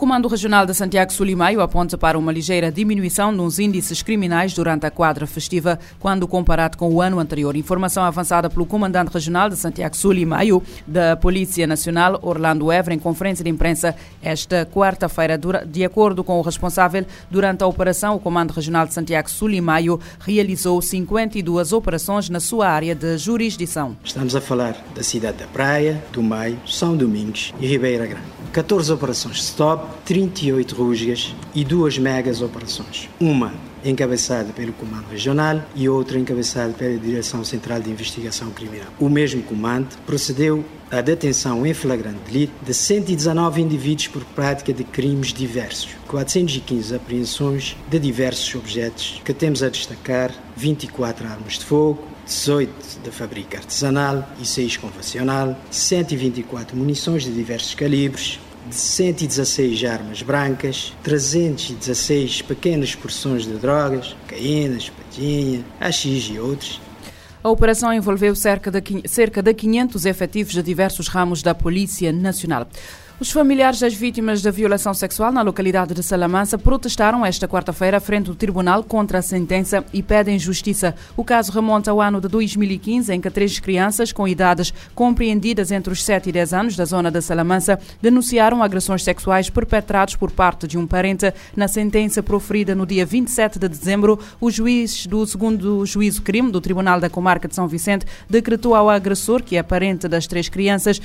Comando Regional de Santiago Sul e Maio aponta para uma ligeira diminuição nos índices criminais durante a quadra festiva, quando comparado com o ano anterior. Informação avançada pelo Comandante Regional de Santiago Sul e Maio da Polícia Nacional, Orlando Evra, em conferência de imprensa esta quarta-feira. De acordo com o responsável, durante a operação, o Comando Regional de Santiago Sul e Maio realizou 52 operações na sua área de jurisdição. Estamos a falar da cidade da Praia, do Maio, São Domingos e Ribeira Grande. 14 operações stop, 38 rusgas e 2 megas operações. Uma encabeçada pelo Comando Regional e outra encabeçada pela Direção Central de Investigação Criminal. O mesmo comando procedeu à detenção em flagrante delito de 119 indivíduos por prática de crimes diversos, 415 apreensões de diversos objetos, que temos a destacar 24 armas de fogo, 18 de fábrica artesanal e 6 convencional, 124 munições de diversos calibres, 116 armas brancas, 316 pequenas porções de drogas, cocaína, espadinha, haxixe e outros. A operação envolveu cerca de 500 efetivos de diversos ramos da Polícia Nacional. Os familiares das vítimas da violação sexual na localidade de Salamanca protestaram esta quarta-feira frente ao tribunal contra a sentença e pedem justiça. O caso remonta ao ano de 2015, em que 3 crianças com idades compreendidas entre os 7 e 10 anos da zona de Salamanca denunciaram agressões sexuais perpetradas por parte de um parente. Na sentença proferida no dia 27 de dezembro, o juiz do 2º Juízo Crime do Tribunal da Comarca de São Vicente decretou ao agressor, que é parente das 3 crianças,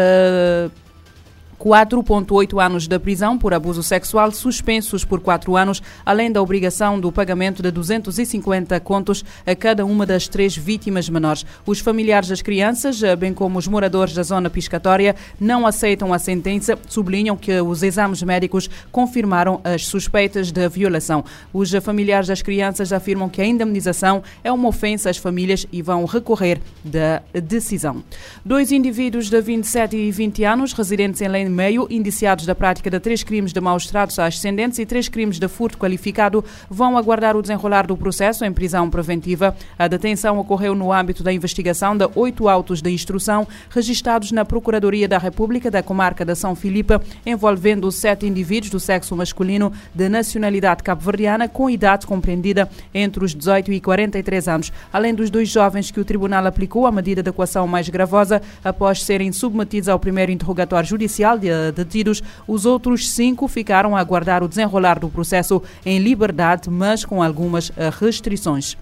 4,8 anos de prisão por abuso sexual, suspensos por 4 anos, além da obrigação do pagamento de 250 contos a cada uma das 3 vítimas menores. Os familiares das crianças, bem como os moradores da zona piscatória, não aceitam a sentença, sublinham que os exames médicos confirmaram as suspeitas de violação. Os familiares das crianças afirmam que a indemnização é uma ofensa às famílias e vão recorrer da decisão. 2 indivíduos de 27 e 20 anos, residentes em Leme Meio, indiciados da prática de 3 crimes de maus tratos a ascendentes e 3 crimes de furto qualificado, vão aguardar o desenrolar do processo em prisão preventiva. A detenção ocorreu no âmbito da investigação de 8 autos de instrução registrados na Procuradoria da República da Comarca de São Filipe, envolvendo 7 indivíduos do sexo masculino de nacionalidade cabo-verdiana com idade compreendida entre os 18 e 43 anos. Além dos 2 jovens que o tribunal aplicou a medida de coação mais gravosa após serem submetidos ao primeiro interrogatório judicial de detidos, os outros 5 ficaram a aguardar o desenrolar do processo em liberdade, mas com algumas restrições.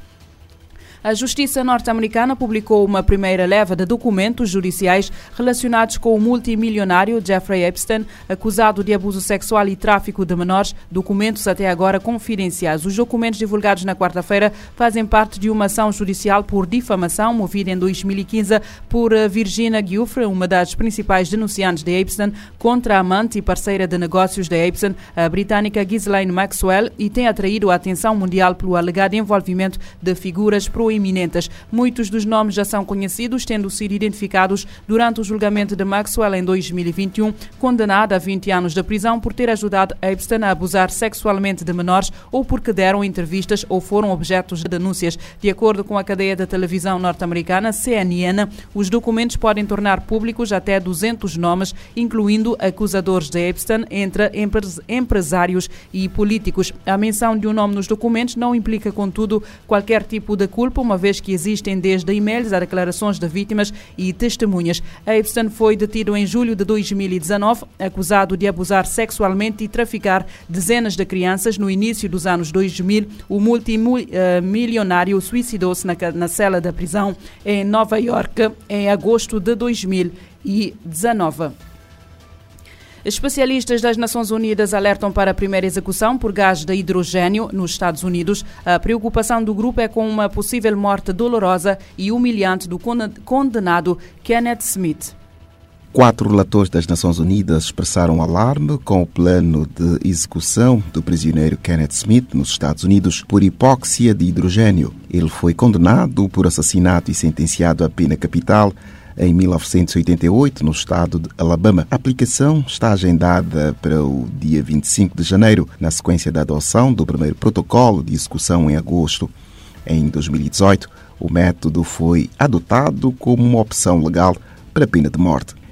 A Justiça norte-americana publicou uma primeira leva de documentos judiciais relacionados com o multimilionário Jeffrey Epstein, acusado de abuso sexual e tráfico de menores, documentos até agora confidenciais. Os documentos divulgados na quarta-feira fazem parte de uma ação judicial por difamação movida em 2015 por Virginia Giuffre, uma das principais denunciantes de Epstein, contra a amante e parceira de negócios de Epstein, a britânica Ghislaine Maxwell, e tem atraído a atenção mundial pelo alegado envolvimento de figuras proeminentes. Muitos dos nomes já são conhecidos, tendo sido identificados durante o julgamento de Maxwell em 2021, condenada a 20 anos de prisão por ter ajudado Epstein a abusar sexualmente de menores ou porque deram entrevistas ou foram objetos de denúncias. De acordo com a cadeia de televisão norte-americana CNN, os documentos podem tornar públicos até 200 nomes, incluindo acusadores de Epstein, entre empresários e políticos. A menção de um nome nos documentos não implica, contudo, qualquer tipo de culpa, uma vez que existem desde e-mails a declarações de vítimas e testemunhas. Epstein foi detido em julho de 2019, acusado de abusar sexualmente e traficar dezenas de crianças. No início dos anos 2000, o multimilionário suicidou-se na cela da prisão em Nova Iorque em agosto de 2019. Especialistas das Nações Unidas alertam para a primeira execução por gás de hidrogênio nos Estados Unidos. A preocupação do grupo é com uma possível morte dolorosa e humilhante do condenado Kenneth Smith. 4 relatores das Nações Unidas expressaram alarme com o plano de execução do prisioneiro Kenneth Smith nos Estados Unidos por hipóxia de hidrogênio. Ele foi condenado por assassinato e sentenciado à pena capital em 1988, no estado de Alabama. A aplicação está agendada para o dia 25 de janeiro, na sequência da adoção do primeiro protocolo de execução em agosto. Em 2018, o método foi adotado como uma opção legal para a pena de morte.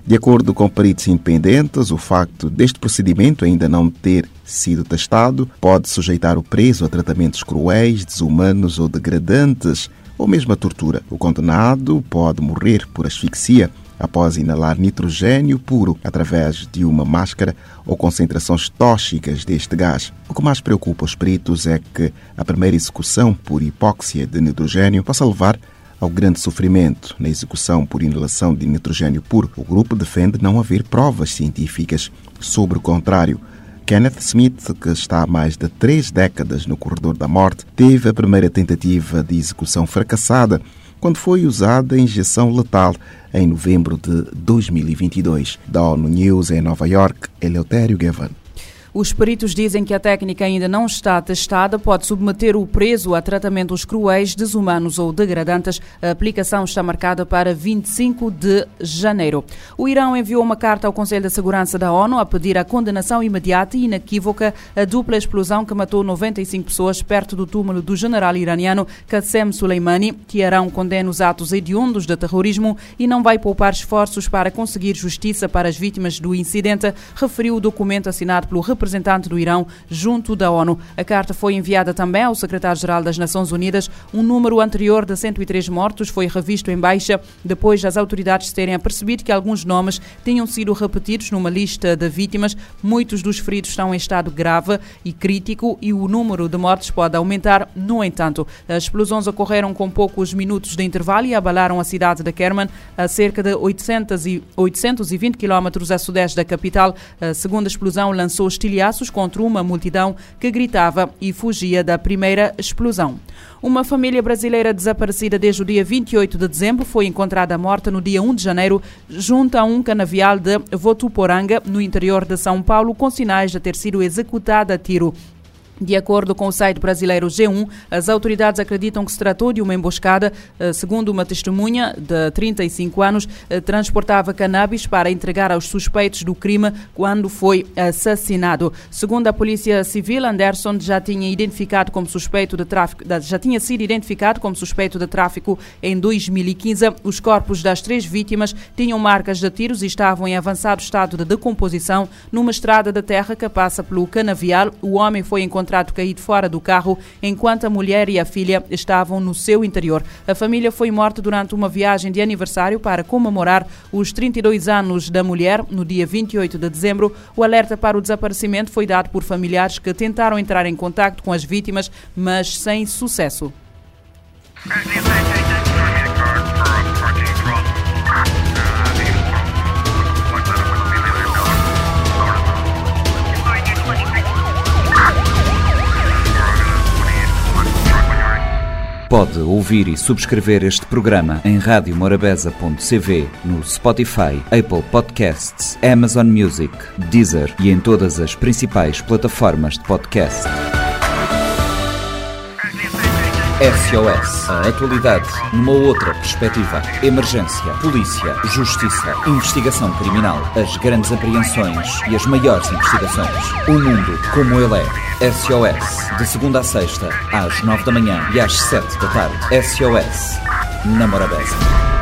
De acordo com peritos independentes, o facto deste procedimento ainda não ter sido testado pode sujeitar o preso a tratamentos cruéis, desumanos ou degradantes, ou mesmo a tortura. O condenado pode morrer por asfixia após inalar nitrogênio puro através de uma máscara ou concentrações tóxicas deste gás. O que mais preocupa os peritos é que a primeira execução por hipóxia de nitrogênio possa levar ao grande sofrimento na execução por inalação de nitrogênio puro. O grupo defende não haver provas científicas sobre o contrário. Kenneth Smith, que está há mais de 3 décadas no corredor da morte, teve a primeira tentativa de execução fracassada quando foi usada a injeção letal em novembro de 2022. Da ONU News em Nova York, Eleutério Gavan. Os peritos dizem que a técnica ainda não está testada, pode submeter o preso a tratamentos cruéis, desumanos ou degradantes. A aplicação está marcada para 25 de janeiro. O Irão enviou uma carta ao Conselho de Segurança da ONU a pedir a condenação imediata e inequívoca a dupla explosão que matou 95 pessoas perto do túmulo do general iraniano Qassem Soleimani. Teherão condena os atos hediondos de terrorismo e não vai poupar esforços para conseguir justiça para as vítimas do incidente, referiu o documento assinado pelo representante do Irão junto da ONU. A carta foi enviada também ao secretário-geral das Nações Unidas. Um número anterior de 103 mortos foi revisto em baixa depois das autoridades terem apercebido que alguns nomes tinham sido repetidos numa lista de vítimas. Muitos dos feridos estão em estado grave e crítico e o número de mortes pode aumentar. No entanto, as explosões ocorreram com poucos minutos de intervalo e abalaram a cidade de Kerman, a cerca de 820 km a sudeste da capital. A segunda explosão lançou estilhaços contra uma multidão que gritava e fugia da primeira explosão. Uma família brasileira desaparecida desde o dia 28 de dezembro foi encontrada morta no dia 1 de janeiro junto a um canavial de Votuporanga, no interior de São Paulo, com sinais de ter sido executada a tiro. De acordo com o site brasileiro G1, as autoridades acreditam que se tratou de uma emboscada. Segundo uma testemunha de 35 anos, transportava cannabis para entregar aos suspeitos do crime quando foi assassinado. Segundo a Polícia Civil, Anderson já tinha sido identificado como suspeito de tráfico em 2015. Os corpos das 3 vítimas tinham marcas de tiros e estavam em avançado estado de decomposição numa estrada de terra que passa pelo canavial. O homem foi encontrado caído fora do carro, enquanto a mulher e a filha estavam no seu interior. A família foi morta durante uma viagem de aniversário para comemorar os 32 anos da mulher, no dia 28 de dezembro. O alerta para o desaparecimento foi dado por familiares que tentaram entrar em contacto com as vítimas, mas sem sucesso. Pode ouvir e subscrever este programa em radiomorabeza.cv, no Spotify, Apple Podcasts, Amazon Music, Deezer e em todas as principais plataformas de podcast. SOS. A atualidade numa outra perspectiva. Emergência, polícia, justiça, investigação criminal, as grandes apreensões e as maiores investigações. O mundo como ele é. SOS. De segunda a sexta, às 9 da manhã e às 7 da tarde. SOS. Na Morabeza.